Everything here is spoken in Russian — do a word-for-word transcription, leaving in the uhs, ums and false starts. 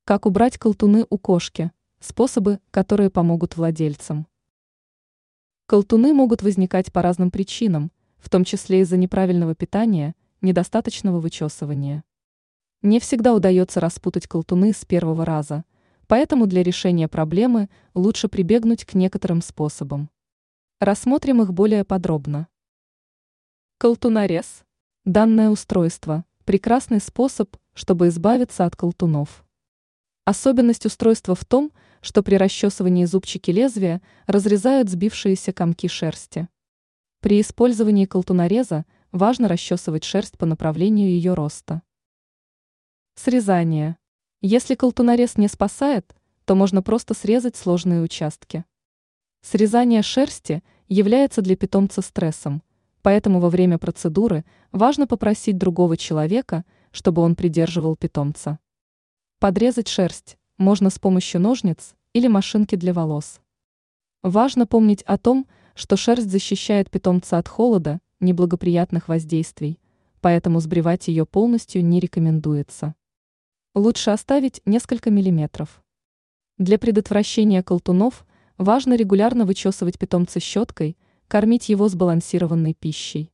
Как убрать колтуны у кошки? Способы, которые помогут владельцам. Колтуны могут возникать по разным причинам, в том числе из-за неправильного питания, недостаточного вычесывания. Не всегда удается распутать колтуны с первого раза, поэтому для решения проблемы лучше прибегнуть к некоторым способам. Рассмотрим их более подробно. Колтунорез. Данное устройство – прекрасный способ, чтобы избавиться от колтунов. Особенность устройства в том, что при расчесывании зубчики лезвия разрезают сбившиеся комки шерсти. При использовании колтунореза важно расчесывать шерсть по направлению ее роста. Срезание. Если колтунорез не спасает, то можно просто срезать сложные участки. Срезание шерсти является для питомца стрессом, поэтому во время процедуры важно попросить другого человека, чтобы он придерживал питомца. Подрезать шерсть можно с помощью ножниц или машинки для волос. Важно помнить о том, что шерсть защищает питомца от холода, неблагоприятных воздействий, поэтому сбривать ее полностью не рекомендуется. Лучше оставить несколько миллиметров. Для предотвращения колтунов важно регулярно вычесывать питомца щеткой, кормить его сбалансированной пищей.